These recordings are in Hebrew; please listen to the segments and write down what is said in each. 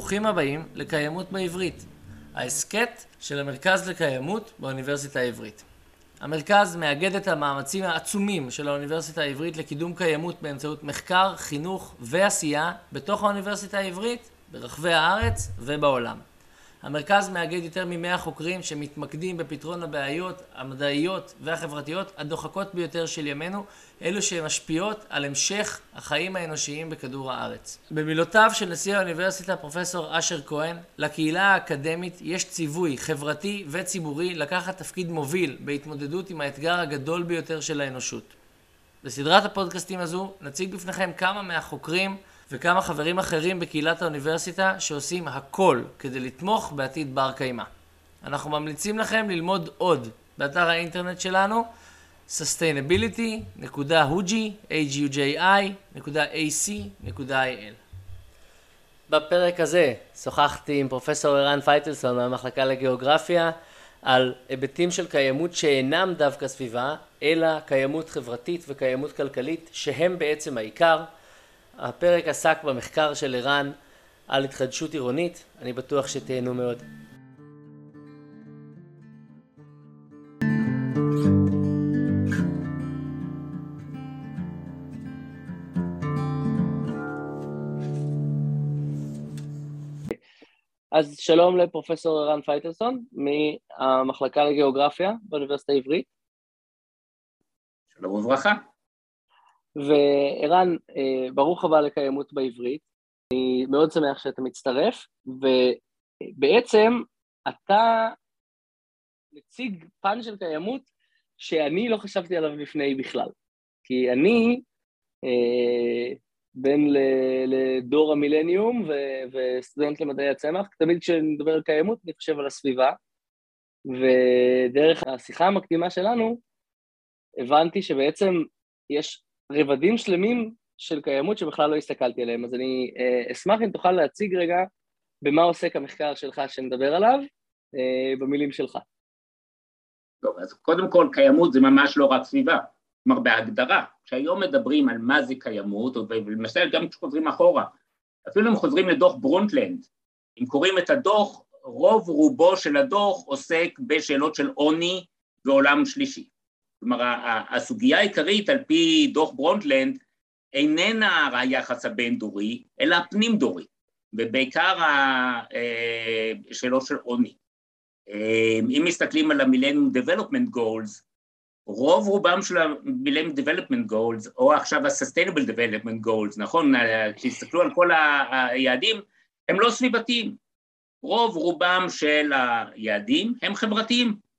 ברוכים הבאים לקיימות בעברית, ההסכת של המרכז לקיימות באוניברסיטה העברית. המרכז מאגד את המאמצים העצומים של האוניברסיטה העברית לקידום קיימות באמצעות מחקר, חינוך ועשייה בתוך האוניברסיטה העברית, ברחבי הארץ ובעולם. המרכז מאגד יותר מ-100 חוקרים שמתמקדים בפתרון הבעיות המדעיות והחברתיות הדוחקות ביותר של ימינו, אלו שמשפיעות על המשך החיים האנושיים בכדור הארץ. במילותיו של נשיא האוניברסיטה פרופסור אשר כהן, לקהילה האקדמית יש ציווי חברתי וציבורי לקחת תפקיד מוביל בהתמודדות עם האתגר הגדול ביותר של האנושות. בסדרת הפודקאסטים הזו נציג בפניכם כמה מהחוקרים וכמה חברים אחרים בקהילת האוניברסיטה שעושים הכל כדי לתמוך בעתיד בר קיימא. אנחנו ממליצים לכם ללמוד עוד באתר האינטרנט שלנו sustainability.huji.ac.il. בפרק הזה שוחחתי עם פרופסור ערן פייטלסון מהמחלקה לגיאוגרפיה על היבטים של קיימות שאינם דווקא סביבה, אלא קיימות חברתית וקיימות כלכלית שהם בעצם העיקר. הפרק עסק במחקר של ערן על התחדשות עירונית, אני בטוח שתהנו מאוד. אז שלום לפרופסור ערן פייטלסון מהמחלקה לגיאוגרפיה באוניברסיטה העברית. שלום וברכה. וערן, ברוך הבא לקיימות בעברית. אני מאוד שמח שאתה מצטרף, ובעצם אתה מציג פן של קיימות שאני לא חשבתי עליו לפני בכלל. כי אני בן לדור המילניום וסטודנט למדעי הצמח, תמיד כשאני מדבר על קיימות אני חושב על הסביבה, ודרך השיחה המקדימה שלנו הבנתי שבעצם יש רבדים שלמים של קיימות שבכלל לא הסתכלתי עליהם, אז אני אשמח אם תוכל להציג רגע במה עוסק המחקר שלך שנדבר עליו, במילים שלך. טוב, אז קודם כל קיימות זה ממש לא רק סביבה, כלומר בהגדרה, כשהיום מדברים על מה זה קיימות, ולמשל גם כשחוזרים אחורה, אפילו אם חוזרים לדוח ברונטלנד, אם קוראים את הדוח, רוב רובו של הדוח עוסק בשאלות של עוני ועולם שלישי. כלומר, הסוגיה העיקרית על פי דוח ברונטלנד איננה היחס הבין-דורי, אלא הפנים-דורי, ובעיקר השאלות של עוני. אם מסתכלים על ה-Millennium Development Goals, רוב רובם של ה-Millennium Development Goals, או עכשיו ה-Sustainable Development Goals, נכון? כשהסתכלו על כל היעדים, הם לא סביבתיים. רוב רובם של היעדים הם חברתיים.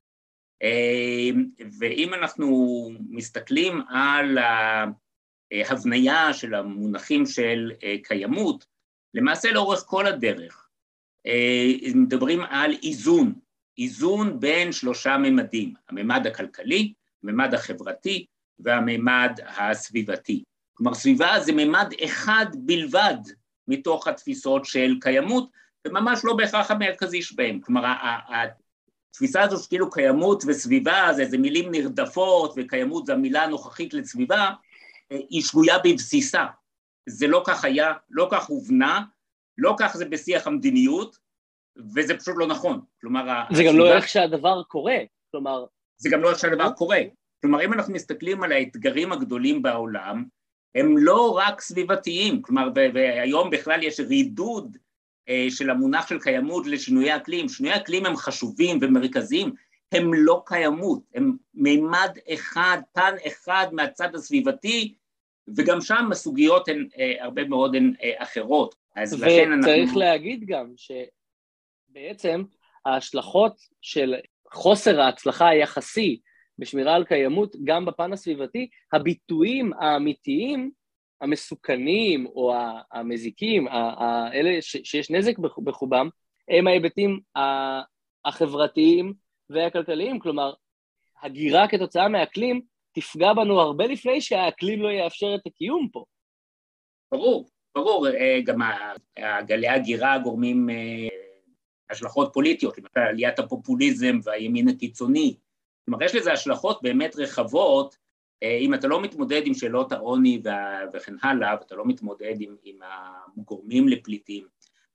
ואם אנחנו מסתכלים על ההבניה של המונחים של קיימות, למעשה לאורך כל הדרך מדברים על איזון בין שלושה ממדים, הממד הכלכלי, הממד החברתי והממד הסביבתי. כלומר, סביבה זה ממד אחד בלבד מתוך התפיסות של קיימות, וממש לא בהכרח המרכזי שבהם. כלומר, התפיסה הזו שכאילו קיימות וסביבה, זה מילים נרדפות, וקיימות זה המילה הנוכחית לסביבה, היא שגויה בבסיסה. זה לא כך היה, לא כך הובנה, לא כך זה בשיח המדיניות, וזה פשוט לא נכון. כלומר, זה גם לא איך שהדבר קורה, כלומר... זה גם לא איך שהדבר קורה. כלומר, אם אנחנו מסתכלים על האתגרים הגדולים בעולם, הם לא רק סביבתיים, כלומר, והיום בכלל יש רידוד, של המונח של קיימות לשינויי אקלים. שינויי אקלים הם חשובים ומרכזיים, הם לא קיימות, הם מימד אחד, פן אחד מהצד הסביבתי, וגם שם הסוגיות הן הרבה מאוד הן אחרות. אז לכן וצריך להגיד גם שבעצם ההשלכות של חוסר ההצלחה היחסי בשמירה על קיימות, גם בפן הסביבתי, הביטויים האמיתיים, המסוכנים או המזיקים, האלה שיש נזק בחובם, הם ההיבטים החברתיים והכלכליים, גם הגירה כתוצאה מהאקלים תפגע בנו הרבה לפני שהאקלים לא יאפשר את הקיום פה. ברור, גם גלי הגירה גורמים השלכות פוליטיות, למשל עליית הפופוליזם והימין הקיצוני, כלומר יש לזה השלכות באמת רחבות, אם אתה לא מתמודד עם שאלות העוני וכן הלאה, ואתה לא מתמודד עם הגורמים לפליטים,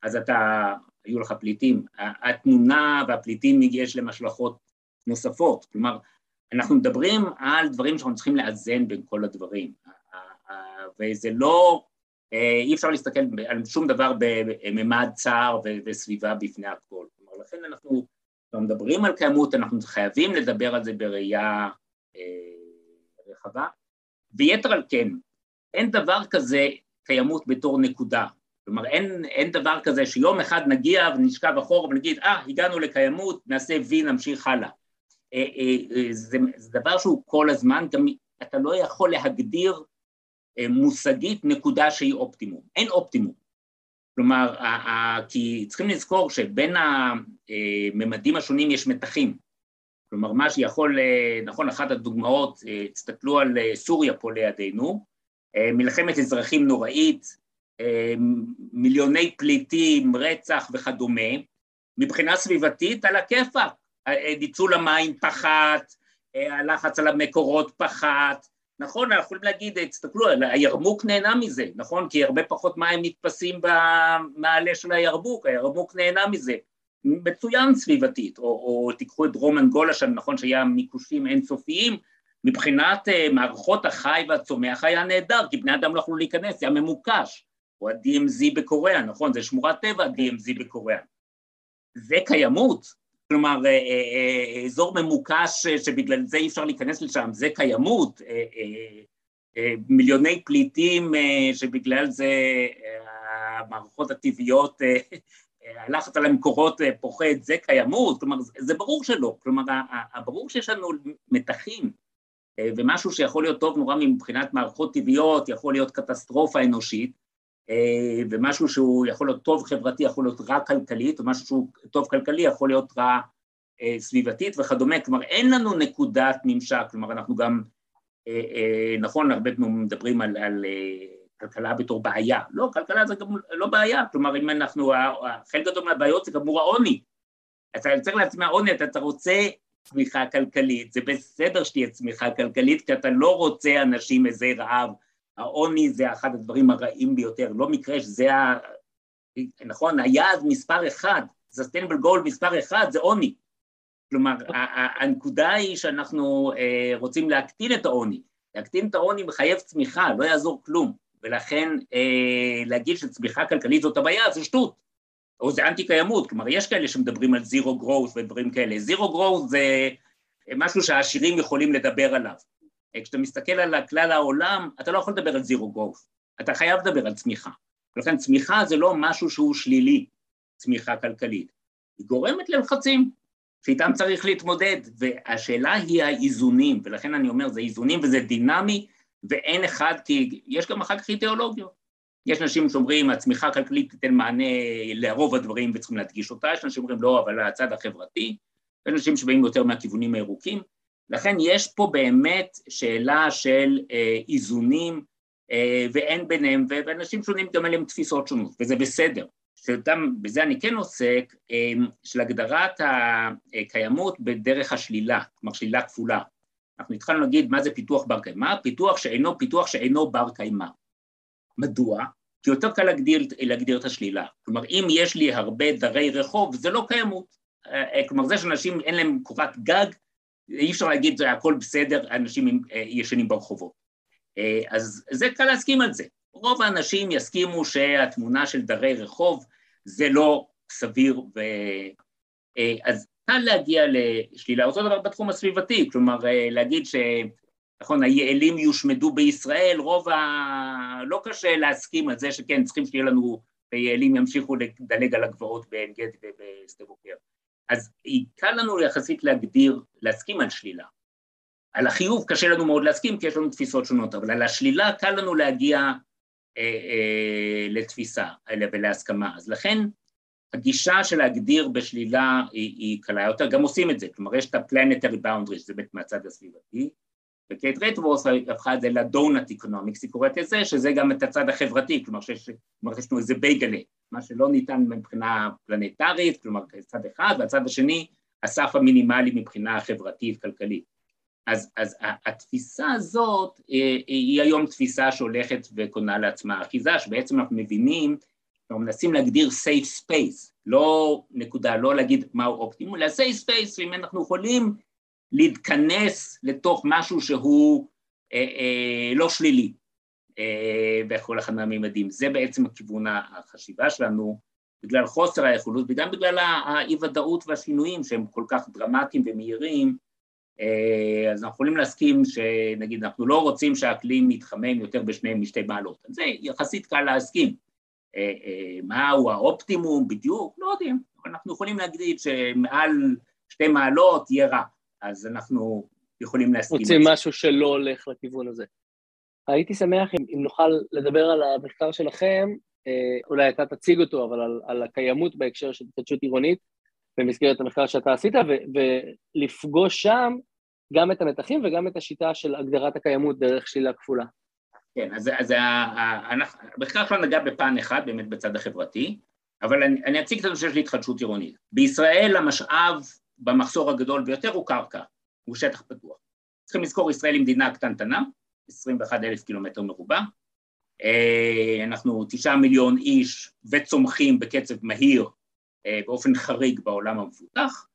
אז היו לך פליטים. התמונה והפליטים יש להם השלכות נוספות, כלומר, אנחנו מדברים על דברים שאנחנו צריכים לאזן בין כל הדברים, וזה לא, אי אפשר להסתכל על שום דבר בממד צער וסביבה בפני הכל, כלומר, לכן אנחנו מדברים על קיימות, אנחנו חייבים לדבר על זה בראייה רחבה, ויתר על כן, אין דבר כזה קיימות בתור נקודה, כלומר, אין דבר כזה שיום אחד נגיע ונשכב אחורה ונגיד, הגענו לקיימות, נעשה וי, נמשיך הלאה. זה דבר שהוא כל הזמן, גם אתה לא יכול להגדיר מושגית נקודה שהיא אופטימום, אין אופטימום. כלומר, כי צריכים לזכור שבין הממדים השונים יש מתחים. כלומר, מה שיכול, נכון, אחת הדוגמאות, תסתכלו על סוריה פה לידינו, מלחמת אזרחים נוראית, מיליוני פליטים, רצח וכדומה, מבחינה סביבתית על הכיפק, ניצול המים פחת, הלחץ על המקורות פחת, נכון, אנחנו יכולים להגיד, תסתכלו, הירמוק נהנה מזה, נכון, כי הרבה פחות מים נתפסים במעלה של הירמוק נהנה מזה, מצוין סביבתית, או תיקחו את דרום אנגולה שם, נכון שהיה מיקושים אינסופיים, מבחינת מערכות החי והצומח היה נהדר, כי בני אדם לא יכולו להיכנס, זה היה ממוקש, או ה-DMZ בקוריאה, נכון, זה שמורת טבע ה-DMZ בקוריאה. זה קיימות, כלומר, אזור ממוקש שבגלל זה אי אפשר להיכנס לשם, זה קיימות, מיליוני פליטים שבגלל זה המערכות הטבעיות, הלחץ על המקורות פוחד, זה קיימות, כלומר, זה ברור שלא, כלומר, ברור שיש לנו מתחים, ומשהו שיכול להיות טוב נורא מבחינת מערכות טבעיות, יכול להיות קטסטרופה אנושית, ומשהו שהוא יכול להיות טוב חברתי, יכול להיות רע כלכלית, או משהו שהוא טוב כלכלי, יכול להיות רע סביבתית וכדומה, כלומר אין לנו נקודת ממשק, כלומר אנחנו גם, נכון, הרבה פעמים מדברים על כלכלה בתור בעיה, לא, כלכלה זה גם לא בעיה, כלומר אם אנחנו, חלק גדול מהבעיות זה גמור העוני, אתה צריך לעצמי העוני, אתה רוצה צמיחה כלכלית, זה בסדר שתהיה צמיחה כלכלית, כי אתה לא רוצה אנשים איזה רעב, העוני זה אחד הדברים הרעים ביותר, לא מקרה שזה, נכון, היעד מספר אחד, sustainable goal מספר אחד, זה עוני. כלומר, הנקודה היא שאנחנו רוצים להקטין את העוני, להקטין את העוני מחייב צמיחה, לא יעזור כלום, ולכן להגיד שצמיחה כלכלית זאת הבעיה, זה שטות, או זה אנטי קיימות, כלומר, יש כאלה שמדברים על zero growth ודברים כאלה, zero growth זה משהו שהעשירים יכולים לדבר עליו, כשאתה מסתכל על כלל העולם, אתה לא יכול לדבר על זירו גרוף, אתה חייב לדבר על צמיחה. ולכן צמיחה זה לא משהו שהוא שלילי, צמיחה כלכלית. היא גורמת ללחצים, שאיתם צריך להתמודד, והשאלה היא האיזונים, ולכן אני אומר, זה איזונים וזה דינמי, ואין אחד, כי יש גם אחר כך אידיאולוגיות. יש אנשים שאומרים, הצמיחה הכלכלית תיתן מענה לרוב הדברים וצריכים להדגיש אותה, יש אנשים שאומרים לא, אבל הצד החברתי, יש אנשים שבאים יותר מהכיוונים הירוקים, לכן יש פה באמת שאלה של איזונים ואין ביניהם, ואנשים שונים גם עליהם תפיסות שונות, וזה בסדר. בזה אני כן עוסק, של הגדרת הקיימות בדרך השלילה, כלומר שלילה כפולה. אנחנו התחלנו להגיד מה זה פיתוח בר קיימא, פיתוח שאינו בר קיימא. מדוע? כי יותר קל להגדיר את השלילה. כלומר, אם יש לי הרבה דרי רחוב, זה לא קיימות. כלומר, זה שאנשים אין להם קורת גג, אי אפשר להגיד, הכל בסדר, אנשים ישנים ברחובות. אז זה קל להסכים על זה. רוב האנשים יסכימו שהתמונה של דרי רחוב זה לא סביר, אז קל להגיע לשלילה. אותו דבר בתחום הסביבתי, כלומר להגיד נכון, היעלים יושמדו בישראל, לא קשה להסכים על זה שכן, צריכים שיהיה לנו, היעלים ימשיכו לדלג על הגבעות בעין גדי ובשדה בוקר. אז קל לנו יחסית להסכים על שלילה. על החיוב קשה לנו מאוד להסכים, כי יש לנו תפיסות שונות, אבל על השלילה קל לנו להגיע לתפיסה ולהסכמה. אז לכן, הגישה של להגדיר בשלילה היא קלה יותר, גם עושים את זה, כלומר יש את ה-planetary boundaries, זה מהצד הסביבתי, וקייט רטרוס הפכה את זה לדונט אקונומיקס, היא קוראת את זה, שזה גם את הצד החברתי, כלומר שיש לנו איזה בייגלה, מה שלא ניתן מבחינה פלנטרית, כלומר צד אחד, והצד השני, הסף המינימלי מבחינה חברתית, כלכלית. אז התפיסה הזאת היא היום תפיסה שהולכת וקונה לעצמה אחיזה, שבעצם אנחנו מבינים אנחנו מנסים להגדיר safe space, לא נקודה, לא להגיד מהו אופטימום, אלא safe space, אם אנחנו יכולים להתכנס לתוך משהו שהוא לא שלילי, בכל אחד מהמימדים. זה בעצם הכיוון החשיבה שלנו, בגלל חוסר היכולות, וגם בגלל האי-ודאות והשינויים שהם כל כך דרמטיים ומהירים, אז אנחנו יכולים להסכים שנגיד אנחנו לא רוצים שהאקלים יתחמם יותר משתי מעלות, אז זה יחסית קל להסכים. מהו האופטימום בדיוק? לא יודעים, אנחנו יכולים להגיד שמעל 2 מעלות יהיה רע, אז אנחנו יכולים להסכים. רוצים משהו שלא הולך לכיוון הזה. הייתי שמח אם נוכל לדבר על המחקר שלכם, אולי אתה תציג אותו, אבל על הקיימות בהקשר של התחדשות עירונית, במסגרת המחקר שאתה עשית, ולפגוש שם גם את המתחים וגם את השיטה של הגדרת הקיימות דרך שלילה כפולה. כן, אז המחקר שלנו נגע בפן אחד, באמת בצד החברתי, אבל אני אציג את הנושא של התחדשות עירונית. בישראל המשאב במחסור הגדול ביותר הוא קרקע, הוא שטח פתוח. צריכים לזכור, ישראל היא מדינה קטנטנה, 21,000 קילומטר מרובע, אנחנו 9 מיליון איש וצומחים בקצב מהיר, באופן חריג בעולם המפותח,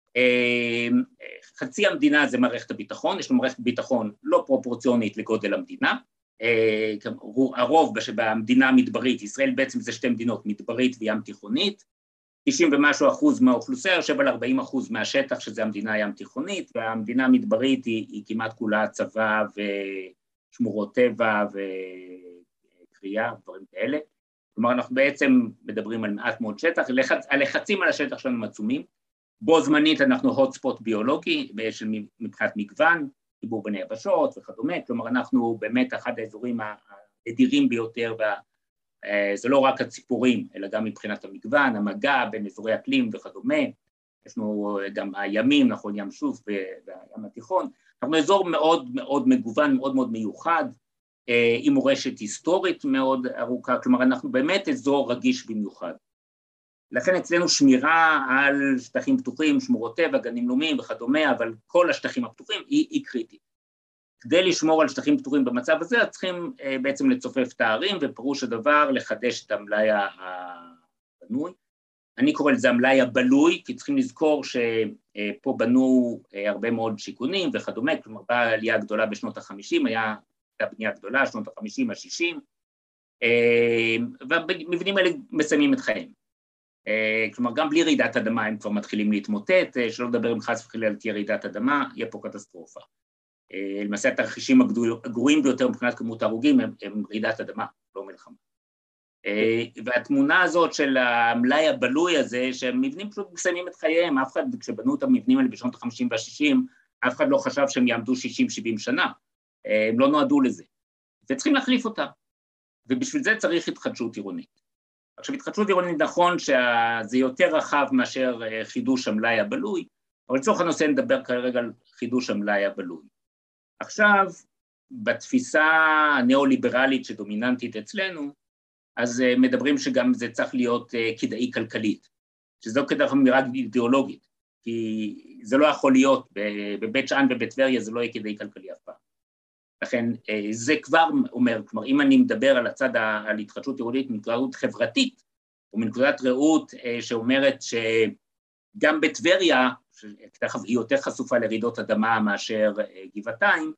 חצי המדינה זה מערכת הביטחון, יש לנו מערכת ביטחון לא פרופורציונית לגודל המדינה, הרוב במדינה המדברית, ישראל בעצם זה 2 מדינות, מדברית וים תיכונית, 90 ומשהו אחוז מהאוכלוסייה יושב על 40% מהשטח שזה המדינה הים תיכונית, והמדינה המדברית היא כמעט כולה צבא ושמורות טבע וקריאה, דברים כאלה. כלומר, אנחנו בעצם מדברים על מעט מאוד שטח, הלחצים על השטח שלנו עצומים, בו זמנית אנחנו הוטספוט ביולוגי, מבחינת מגוון, חיבור בין היבשות וכדומה, כלומר אנחנו באמת אחד האזורים הנדירים ביותר, זה לא רק הציפורים, אלא גם מבחינת המגוון, המגע בין אזורי אקלים וכדומה, יש לנו גם הימים, נכון, ים סוף והים התיכון, אנחנו אזור מאוד מאוד מגוון, מאוד מאוד מיוחד, עם מורשת היסטורית מאוד ארוכה, כלומר אנחנו באמת אזור רגיש במיוחד. לכן אצלנו שמירה על שטחים פתוחים, שמורות טבע, גנים לאומיים וכדומה, אבל כל השטחים הפתוחים היא קריטית. כדי לשמור על שטחים פתוחים במצב הזה, צריכים בעצם לצופף את הערים, ופירוש הדבר לחדש את המלאי הבנוי. אני קורא לזה המלאי הבלוי, כי צריכים לזכור שפה בנו הרבה מאוד שיכונים וכדומה, כלומר באה עלייה גדולה בשנות ה-50, הייתה בנייה גדולה, שנות ה-50, ה-60, והמבנים האלה מסיימים את חיים. כלומר, גם בלי רעידת אדמה הם כבר מתחילים להתמוטט, שלא לדבר אם חס וחלילה תהיה רעידת אדמה, יהיה פה קטסטרופה. למעשה התרחישים הגרועים ביותר מבחינת כמות ההרוגים הם רעידת אדמה, לא מלחמה. והתמונה הזאת של המלאי הבלוי הזה, שהמבנים פשוט מסיימים את חייהם, אף אחד, כשבנו את המבנים האלה בשנות ה-50 וה-60, אף אחד לא חשב שהם יעמדו 60-70 שנה, הם לא נועדו לזה, וצריכים להחליף אותה, ובשביל זה צריך התחדשות עירונית. עכשיו, התחדשות עירונית נכון שזה יותר רחב מאשר חידוש המלאי הבלוי, אבל לצורך הנושא נדבר כרגע על חידוש המלאי הבלוי. עכשיו, בתפיסה הנאו-ליברלית שדומיננטית אצלנו, אז מדברים שגם זה צריך להיות כדאי כלכלית, שזו כדאי אמירה אידיאולוגית, כי זה לא יכול להיות, בבית שאן ובית טבריה זה לא יהיה כדאי כלכלי אף פעם. לכן זה כבר אומר, כלומר אם אני מדבר על הצד, על התחדשות עירונית מנקודת ראות חברתית, או מנקודת ראות שאומרת שגם בטבריה, היא יותר חשופה לרעידות אדמה מאשר גבעתיים,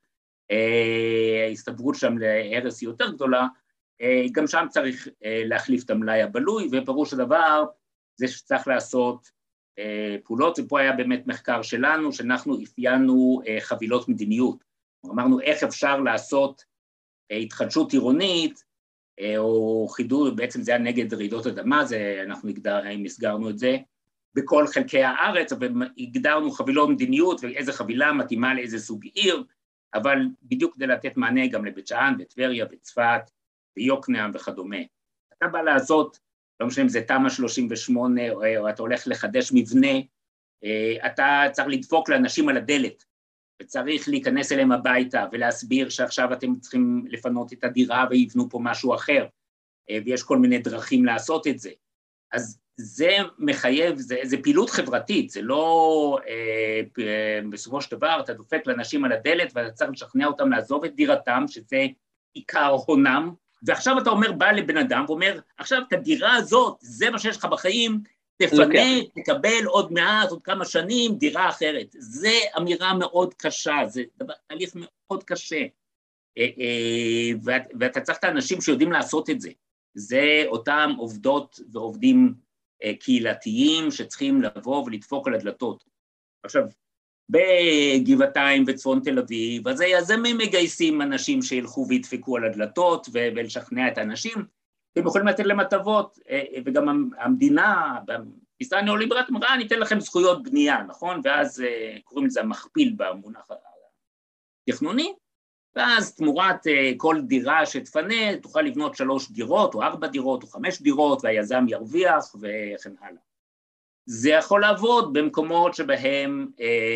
ההסתברות שם להרס היא יותר גדולה, גם שם צריך להחליף את המלאי הבלוי, ופירוש הדבר זה שצריך לעשות פעולות, ופה היה באמת מחקר שלנו, שאנחנו אפיינו חבילות מדיניות, אמרנו איך אפשר לעשות התחדשות עירונית, או חידור, בעצם זה היה נגד רעידות אדמה, אנחנו מסגרנו את זה, בכל חלקי הארץ, והגדרנו חבילות מדיניות, ואיזה חבילה מתאימה לאיזה סוג עיר, אבל בדיוק כדי לתת מענה גם לבית שאן, בטבריה, בצפת, ביוקנעם וכדומה. אתה בא לעשות, לא משנה אם זה תמ"א 38, או אתה הולך לחדש מבנה, אתה צריך לדפוק לאנשים על הדלת, וצריך להיכנס אליהם הביתה, ולהסביר שעכשיו אתם צריכים לפנות את הדירה, ויבנו פה משהו אחר, ויש כל מיני דרכים לעשות את זה. אז זה מחייב, זה פעילות חברתית, זה לא בסופו של דבר, אתה דופק לאנשים על הדלת, ואתה צריך לשכנע אותם לעזוב את דירתם, שזה עיקר הונם, ועכשיו אתה אומר, בא לבן אדם ואומר, עכשיו את הדירה הזאת, זה מה שיש לך בחיים, תפנה, תקבל עוד מעט, עוד כמה שנים, דירה אחרת. זה אמירה מאוד קשה, זה תהליך מאוד קשה. ואתה צריך את האנשים שיודעים לעשות את זה. זה אותם עובדות ועובדים קהילתיים שצריכים לבוא ולדפוק על הדלתות. עכשיו, בגבעתיים וצפון תל אביב, אז היזמים מגייסים אנשים שילכו וידפקו על הדלתות ולשכנע את האנשים, הם יכולים לתת להם הטבות, וגם המדינה, בתפיסה הניאו-ליברלית אמרה, אני אתן לכם זכויות בנייה, נכון? ואז קוראים לזה המכפיל במונח התכנוני, ואז תמורת כל דירה שתפנה, תוכל לבנות 3 דירות, או 4 דירות, או 5 דירות, והיזם ירוויח וכן הלאה. זה יכול לעבוד במקומות שבהם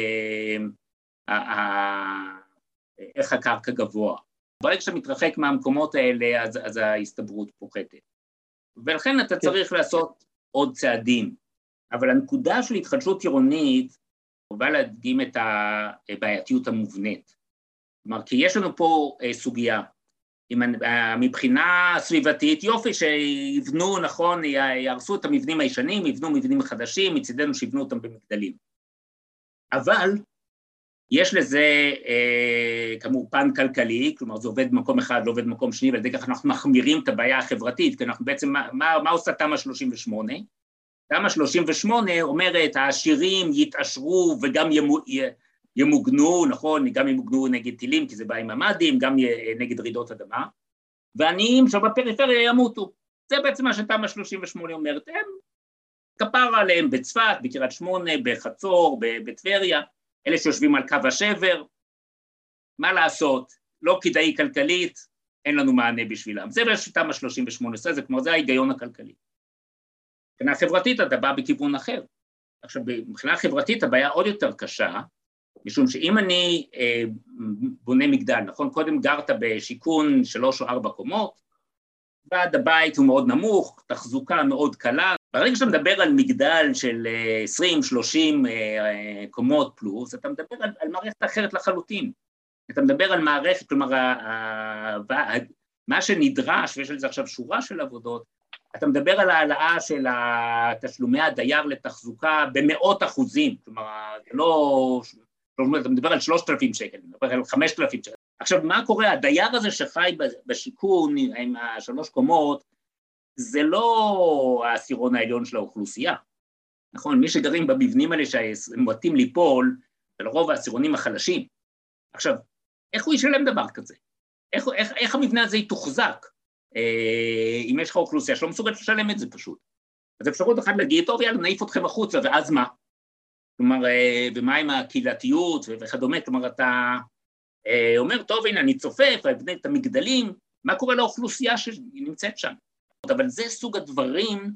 איך הקרקע גבוה. ברגע שאתה מתרחק מהמקומות האלה, אז ההסתברות פוחתת. ולכן אתה צריך לעשות עוד צעדים. אבל הנקודה של התחדשות עירונית, חובה להדגים את הבעייתיות המובנית. כלומר, כי יש לנו פה סוגיה, מבחינה סביבתית, יופי שיבנו, נכון, יהרסו את המבנים הישנים, יבנו מבנים חדשים, מצדנו שיבנו אותם במגדלים. אבל יש לזה כאמור פן כלכלי, כלומר זה עובד במקום אחד, לא עובד במקום שני, ועל ידי כך אנחנו מחמירים את הבעיה החברתית, כי אנחנו בעצם, מה עושה תמ"א 38? תמ"א 38 אומרת, העשירים יתעשרו וגם ימוגנו, נכון, גם ימוגנו נגד טילים, כי זה בא עם ממ"דים, גם נגד רעידות אדמה, ועניים שבפריפריה ימותו. זה בעצם מה שתמ"א 38 אומרת, הם כפר עליהם בצפת, בקריית שמונה, בחצור, בטבריה, אלה שיושבים על קו השבר, מה לעשות? לא כדאי כלכלית, אין לנו מענה בשבילם. זה תמ"א 38, זה כמו זה ההיגיון הכלכלי. מבחינה חברתית אתה בא בכיוון אחר. עכשיו, מבחינה חברתית הבעיה עוד יותר קשה, משום שאם אני בונה מגדל, נכון? קודם גרת בשיקון 3 או 4 קומות, ועד הבית הוא מאוד נמוך, תחזוקה מאוד קלה, ברגע שאתה מדבר על מגדל של 20-30 קומות פלוס, אתה מדבר על מערכת אחרת לחלוטין. אתה מדבר על מערכת, כלומר, מה שנדרש, ויש על זה עכשיו שורה של עבודות, אתה מדבר על העלאה של תשלומי הדייר לתחזוקה במאות אחוזים, כלומר, לא, אתה מדבר על 3,000 שקל, אתה מדבר על 5,000 שקל. עכשיו, מה קורה? הדייר הזה שחי בשיכון עם 3 קומות, זה לא העשירון העליון של האוכלוסייה, נכון? מי שגרים במבנים האלה שמועטים ליפול, זה לרוב העשירונים החלשים. עכשיו, איך הוא ישלם דבר כזה? איך המבנה הזה יתוחזק? אם יש לך אוכלוסייה שלא מסוגלת לשלם את זה פשוט. אז אפשרות אחת להגיד, טוב, יאללה, נעיף אתכם החוצה, ואז מה? כלומר, ומה עם הקהילתיות וכדומה? כלומר, אתה אומר, טוב, הנה, אני צופף, אבנה את המגדלים, מה קורה לאוכלוסייה שנמצאת שם? אבל זה סוג הדברים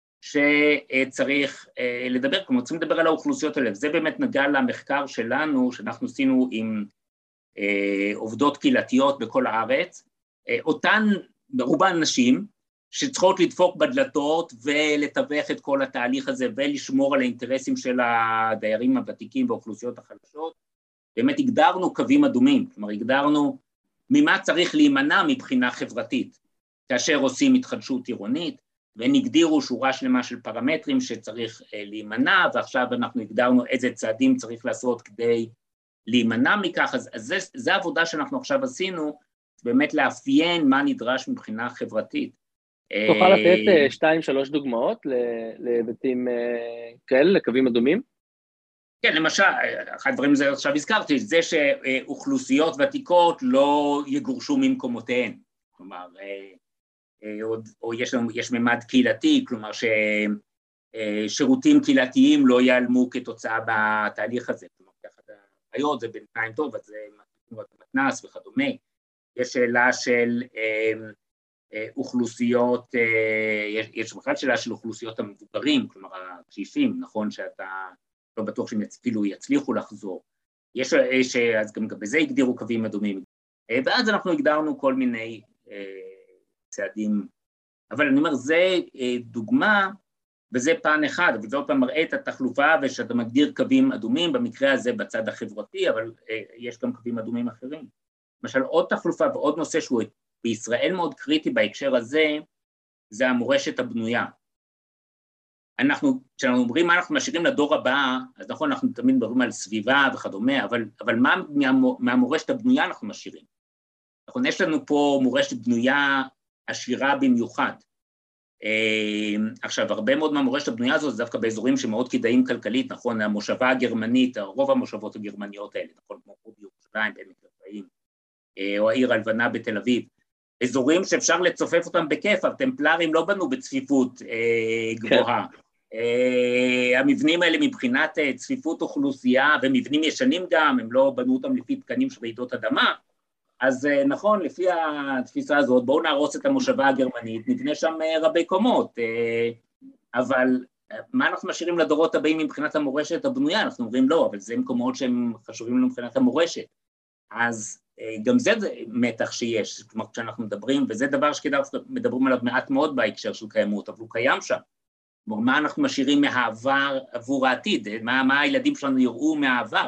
שצריך לדבר, כלומר, צריכים לדבר על האוכלוסיות האלה, זה באמת נגע למחקר שלנו, שאנחנו עשינו עם עובדות קהילתיות בכל הארץ, אותן רובן נשים, שצריכות לדפוק בדלתות ולתווך את כל התהליך הזה, ולשמור על האינטרסים של הדיירים הוותיקים והאוכלוסיות החלשות, באמת הגדרנו קווים אדומים, כלומר, הגדרנו ממה צריך להימנע מבחינה חברתית, כאשר עושים התחדשות עירונית, ונגדירו שורה שלמה של פרמטרים שצריך להימנע, ועכשיו אנחנו הגדרנו איזה צעדים צריך לעשות כדי להימנע מכך, אז זה העבודה שאנחנו עכשיו עשינו, באמת לאפיין מה נדרש מבחינה חברתית. תוכל לתת 2-3 דוגמאות להיבטים כאלה, לקווים אדומים? כן, למשל, אחד הדברים זה עכשיו הזכרתי, זה שאוכלוסיות ותיקות לא יגורשו ממקומותיהן, כלומר, או יש ממד קהילתי, כלומר ששירותים קהילתיים לא ייעלמו כתוצאה בתהליך הזה, כלומר, יחד הבעיות זה בינתיים טוב, אז זה מתנ"ס וכדומה, יש שאלה של אוכלוסיות, יש בכלל שאלה של אוכלוסיות המבוגרים, כלומר הקשישים, נכון שאתה לא בטוח שהם אפילו יצליחו לחזור, אז גם בזה הגדירו קווים אדומים, ואז אנחנו הגדרנו כל מיני צעדים, אבל אני אומר, זה דוגמה, וזה פן אחד, וזה עוד פעם מראה את התחלופה, ושאתה מגדיר קווים אדומים, במקרה הזה בצד החברתי, אבל יש גם קווים אדומים אחרים. למשל, עוד תחלופה ועוד נושא שהוא בישראל מאוד קריטי בהקשר הזה, זה המורשת הבנויה. כשאנחנו אומרים מה אנחנו משאירים לדור הבא, אז נכון, אנחנו תמיד מדברים על סביבה וכדומה, אבל מה מהמורשת הבנויה אנחנו משאירים? נכון, יש לנו פה מורשת בנויה עשירה במיוחד. עכשיו, הרבה מאוד מהמורשת הבנויה הזאת, זה דווקא באזורים שמאוד כדאיים כלכלית, נכון, המושבה הגרמנית, רוב המושבות הגרמניות האלה, נכון, כמו בירושלים, בעמק רפאים, או העיר הלבנה בתל אביב, אזורים שאפשר לצופף אותם בכיף, הטמפלרים לא בנו בצפיפות גבוהה. המבנים האלה מבחינת צפיפות אוכלוסייה, ומבנים ישנים גם, הם לא בנו אותם לפי תקנים של רעידות אדמה, אז נכון, לפי התפיסה הזאת, בואו נהרוס את המושבה הגרמנית, נבנה שם רבי קומות, אבל מה אנחנו משאירים לדורות הבאים מבחינת המורשת הבנויה? אנחנו אומרים לא, אבל זה מקומות שהם חשובים לנו מבחינת המורשת. אז גם זה מתח שיש, כלומר כשאנחנו מדברים, וזה דבר שמדברים עליו מעט מאוד בהקשר של קיימות, אבל הוא קיים שם. כלומר, מה אנחנו משאירים מהעבר עבור העתיד? מה הילדים שלנו יראו מהעבר?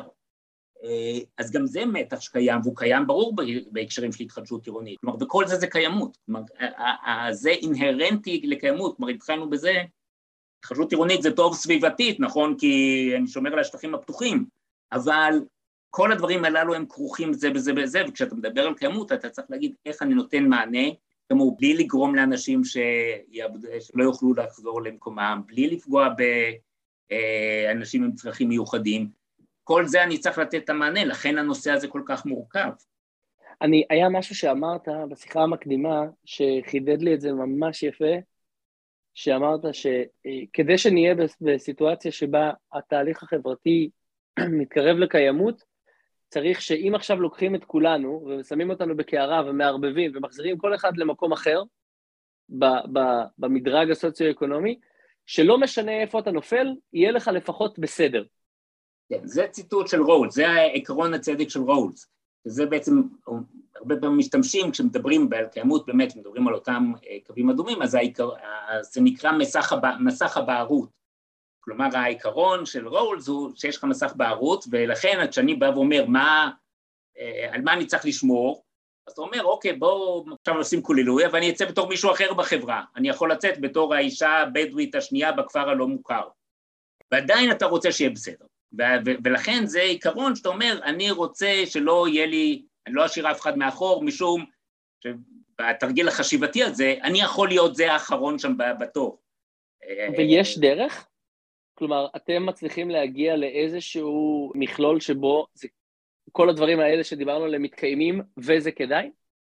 אז גם זה מתח שקיים, והוא קיים ברור בהקשרים של התחדשות עירונית. כלומר, בכל זה קיימות. כלומר, זה אינהרנטי לקיימות. כלומר, התחלנו בזה, התחדשות עירונית זה טוב סביבתית, נכון? כי אני שומר על השטחים הפתוחים, אבל כל הדברים הללו הם כרוכים זה בזה בזה, וכשאתה מדבר על קיימות, אתה צריך להגיד איך אני נותן מענה, כמו בלי לגרום לאנשים שלא יוכלו לחזור למקומם, בלי לפגוע באנשים עם צרכים מיוחדים, כל זה אני צריך לתת את המענה, לכן הנושא הזה כל כך מורכב. היה משהו שאמרת בשיחה המקדימה, שחידד לי את זה ממש יפה, שאמרת שכדי שנהיה בסיטואציה שבה התהליך החברתי מתקרב לקיימות, צריך שאם עכשיו לוקחים את כולנו, ושמים אותנו בקערה ומערבבים, ומחזירים כל אחד למקום אחר, במדרג הסוציו-אקונומי, שלא משנה איפה אתה נופל, יהיה לך לפחות בסדר. כן, זה ציטוט של רולס, זה העקרון הצדק של רולס, וזה בעצם, הרבה פעמים משתמשים, כשמדברים על קיימות, באמת, מדברים על אותם קווים אדומים, אז זה נקרא מסך הבערות. כלומר, העיקרון של רולס הוא שיש לך מסך בערות, ולכן כשאני בא ואומר על מה אני צריך לשמור, אז אתה אומר, אוקיי, בואו עכשיו עושים כוללוי, אבל אני אצא בתור מישהו אחר בחברה, אני יכול לצאת בתור האישה הבדואית השנייה בכפר הלא מוכר, ועדיין אתה רוצה שיהיה בסדר. ולכן זה עיקרון שאתה אומר, אני רוצה שלא יהיה לי, אני לא אשאיר אף אחד מאחור, משום שבתרגיל החשיבתי הזה, אני יכול להיות זה האחרון שם בתור. ויש דרך? כלומר, אתם מצליחים להגיע לאיזשהו מכלול שבו כל הדברים האלה שדיברנו עליהם מתקיימים, וזה כדאי?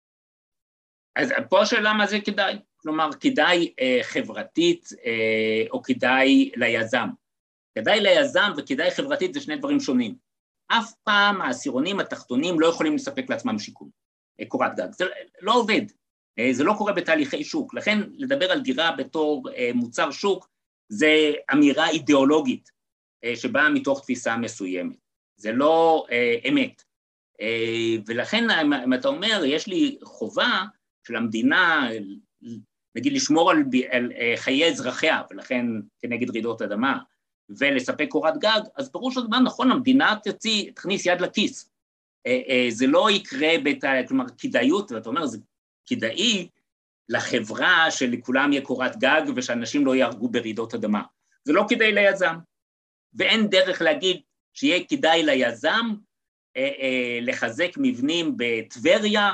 אז פה השאלה מה זה כדאי? כלומר, כדאי חברתית או כדאי ליזם. כדאי ליזם וכדאי חברתית זה שני דברים שונים. אף פעם העשירונים התחתונים לא יכולים לספק לעצמם שיקום, קורת גג. זה לא עובד, זה לא קורה בתהליכי שוק. לכן לדבר על דירה בתור מוצר שוק, זה אמירה אידיאולוגית שבאה מתוך תפיסה מסוימת. זה לא אמת. ולכן אם אתה אומר, יש לי חובה של המדינה, נגיד לשמור על חיי אזרחיה, ולכן כנגד רעידות אדמה, ולספק קורת גג, אז ברור שזה נכון, המדינה תכניס יד לכיס. זה לא יקרה, כלומר, כדאיות, ואתה אומר, זה כדאי לחברה שלכולם יהיה קורת גג, ושאנשים לא יהרגו ברעידות אדמה. זה לא כדאי ליזם. ואין דרך להגיד שיהיה כדאי ליזם לחזק מבנים בטבריה,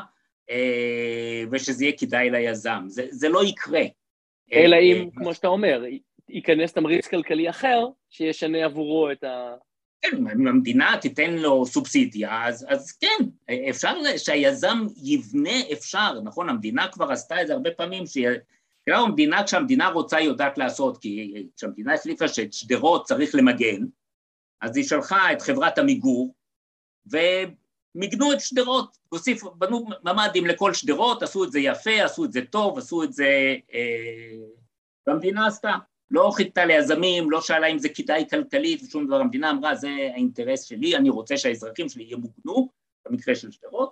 ושזה יהיה כדאי ליזם. זה לא יקרה. אלא אם, כמו שאתה אומר, ייכנס תמריץ כלכלי אחר, שישנה עבורו את ה... כן, אם המדינה תיתן לו סובסידיה, אז כן, אפשר שהיזם יבנה אפשר, נכון? המדינה כבר עשתה את זה הרבה פעמים, כשהמדינה רוצה יודעת לעשות, כי כשהמדינה החליפה שאת שדרות צריך למגן, אז היא שלחה את חברת המיגור, ומיגנו את שדרות, בנו ממ"דים לכל שדרות, עשו את זה יפה, עשו את זה טוב, עשו את זה, והמדינה עשתה. לא חיכתה ליזמים, לא שאלה אם זה כדאי כלכלית ושום דבר, המדינה אמרה, זה האינטרס שלי, אני רוצה שהאזרחים שלי ימוגנו, במקרה של שדרות,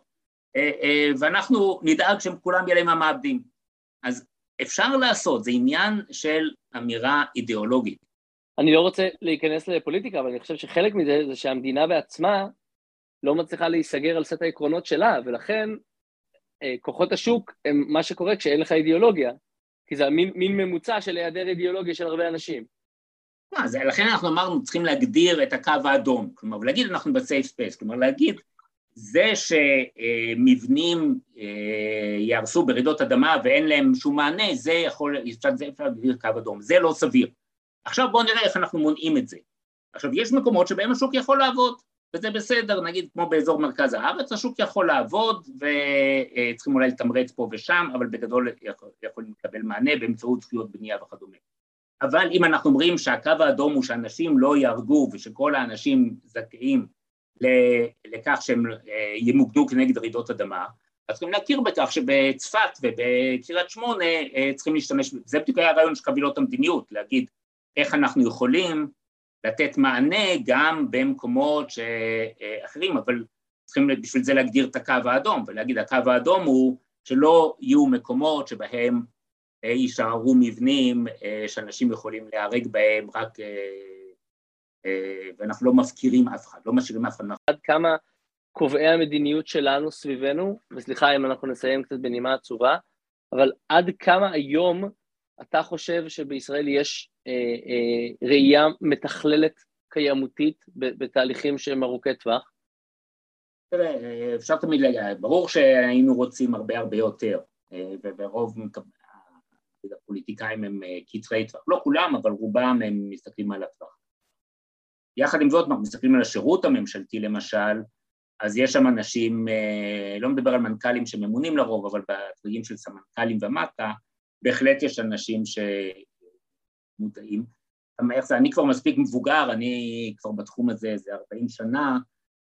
ואנחנו נדאג שהם כולם יהיה להם המעבדים. אז אפשר לעשות, זה עניין של אמירה אידיאולוגית. אני לא רוצה להיכנס לפוליטיקה, אבל אני חושב שחלק מזה זה שהמדינה בעצמה לא מצליחה להיסגר על סט העקרונות שלה, ולכן כוחות השוק הם מה שקורה כשאין לך אידיאולוגיה, כי זה מין ממוצע של היעדר אידיאולוגיה של הרבה אנשים. לכן אנחנו אמרנו, צריכים להגדיר את הקו האדום, כלומר, ולהגיד אנחנו בסייף ספייס, כלומר, להגיד, זה שמבנים יהרסו ברעידות אדמה ואין להם שום מענה, זה יכול, זה אפשר להגדיר קו אדום, זה לא סביר. עכשיו בואו נראה איך אנחנו מונעים את זה. עכשיו, יש מקומות שבהם השוק יכול לעבוד, וזה בסדר, נגיד כמו באזור מרכז הארץ, השוק יכול לעבוד, וצריכים אולי לתמרץ פה ושם, אבל בגדול יכולים לקבל מענה באמצעות זכויות בנייה וכדומה. אבל אם אנחנו אומרים שהקו האדום הוא שאנשים לא יהרגו, ושכל האנשים זכאים לכך שהם ימוגנו כנגד רעידות אדמה, אז צריכים להכיר בכך שבצפת ובקריית שמונה צריכים להשתמש, זה בדיוק היה הרעיון של קבילות המדיניות, להגיד איך אנחנו יכולים לתת מענה גם במקומות אחרים, אבל צריכים בשביל זה להגדיר את הקו האדום, ולהגיד הקו האדום הוא שלא יהיו מקומות שבהם יישארו מבנים שאנשים יכולים להיהרג בהם רק, ואנחנו לא מפקירים אף אחד, לא משאירים אף אחד. עד כמה קובעי המדיניות שלנו סביבנו, וסליחה אם אנחנו נסיים קצת בנימה עצובה, אבל עד כמה היום אתה חושב שבישראל יש ראייה מתכללת קיימותית בתהליכים שהם ארוכי טווח? אפשר תמיד להגיד, ברור שהיינו רוצים הרבה יותר, וברוב הפוליטיקאים הם קצרי טווח, לא כולם, אבל רובם הם מסתכלים על הטווח. יחד עם זאת, אנחנו מסתכלים על השירות הממשלתי למשל, אז יש שם אנשים, לא מדבר על מנכ"לים שממונים לרוב, אבל בדרגים של סמנכ"לים ומטה, בהחלט יש אנשים שמודעים. אני כבר מספיק מבוגר, אני כבר בתחום הזה, זה 40 שנה,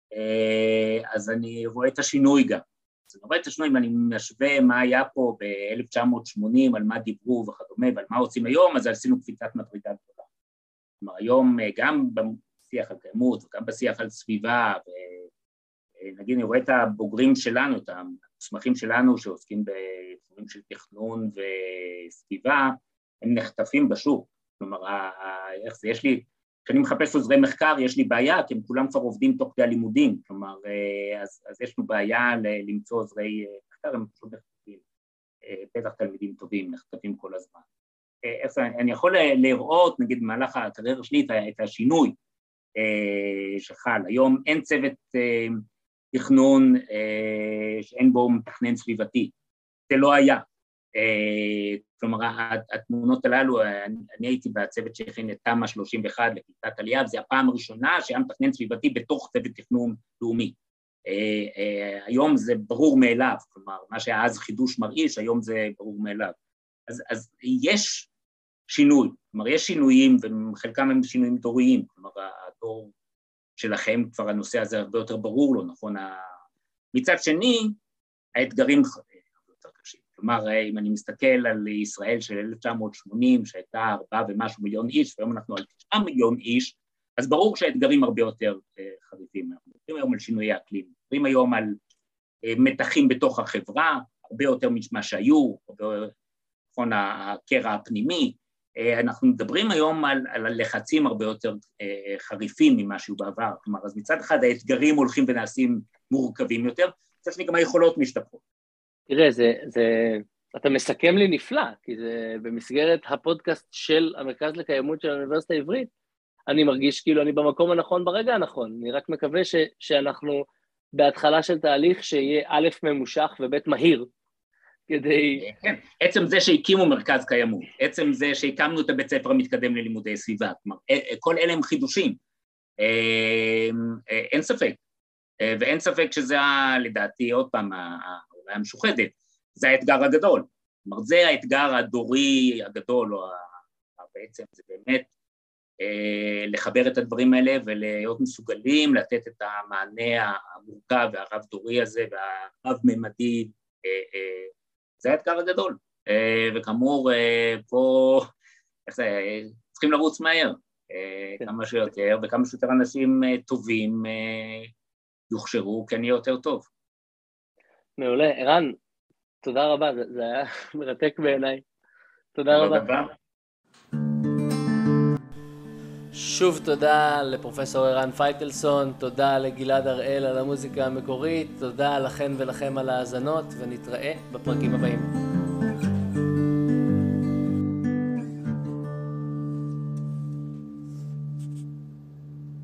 אז אני רואה את השינוי גם. אז אני רואה את השינוי, אם אני משווה מה היה פה ב-1980, על מה דיברו וכדומה, ועל מה עושים היום, אז עשינו קפיצת מדרגה גדולה. כלומר, היום גם בשיח על קיימות, וגם בשיח על סביבה, ונגיד, אני רואה את הבוגרים שלנו, את המוסמכים שלנו, שעוסקים בתחומים של תכנון וסביבה, הם נחטפים בשוק. כלומר, איך זה, יש לי, כשאני מחפש עוזרי מחקר, יש לי בעיה, כי הם כולם כבר עובדים תוך כדי הלימודים, כלומר, אז יש לנו בעיה למצוא עוזרי מחקר, הם פשוט נחטפים, בטח תלמידים טובים, נחטפים כל הזמן. אני יכול לראות, נגיד, במהלך הקריירה שלי, את השינוי שחל. היום אין צוות תכנון שאין בו מתכנן סביבתי, זה לא היה. כלומר, התמונות הללו, אני הייתי בצוות שהכין את תמ"א 31 לקליטת עלייה, וזו הפעם הראשונה שהיה מתכנן סביבתי בתוך צוות תכנון לאומי. היום זה ברור מאליו, כלומר, מה שהיה אז חידוש מרעיש, היום זה ברור מאליו. אז יש שינוי, כלומר, יש שינויים, וחלקם הם שינויים דוריים, כלומר, הדור שלכם כבר הנושא הזה הרבה יותר ברור לו, נכון? מצד שני, האתגרים יותר קשים. כלומר, אם אני מסתכל על ישראל של 1980, שהייתה 4 ומשהו מיליון איש, והיום אנחנו על 9 מיליון איש, אז ברור שהאתגרים הרבה יותר חריפים. אנחנו מדברים היום על שינויי אקלים, מדברים היום על מתחים בתוך החברה, הרבה יותר ממה שהיו, נכון, הקרע הפנימי, אנחנו מדברים היום על לחצים הרבה יותר חריפים ממה שהוא בעבר, כלומר, אז מצד אחד האתגרים הולכים ונעשים מורכבים יותר, מצד שני גם היכולות משתפרות. תראה, אתה מסכם לי נפלא, כי זה במסגרת הפודקאסט של המרכז לקיימות של האוניברסיטה העברית, אני מרגיש כאילו אני במקום הנכון ברגע הנכון, אני רק מקווה שאנחנו בהתחלה של תהליך שיהיה א' ממושך וב' מהיר, כדי... כן, עצם זה שהקימו מרכז קיימות, עצם זה שהקמנו את הבית ספר המתקדם ללימודי סביבה, כלומר, כל אלה הם חידושים, אין ספק, ואין ספק שזה לדעתי עוד פעם אולי המשוחדת, זה האתגר הגדול, כלומר, זה האתגר הדורי הגדול, או בעצם זה באמת לחבר את הדברים האלה ולהיות מסוגלים לתת את המענה המורכב והרב-דורי הזה והרב-ממדי, זה האתגר הגדול, וכאמור, פה צריכים לרוץ מהר, כמה שיותר, וכמה שיותר אנשים טובים יוכשרו, כן יהיה יותר טוב. מעולה, ערן, תודה רבה, זה היה מרתק בעיניי. תודה רבה. שוב תודה לפרופסור ערן פייטלסון, תודה לגלעד הראל על המוזיקה המקורית, תודה לכן ולכם על ההאזנות, ונתראה בפרקים הבאים.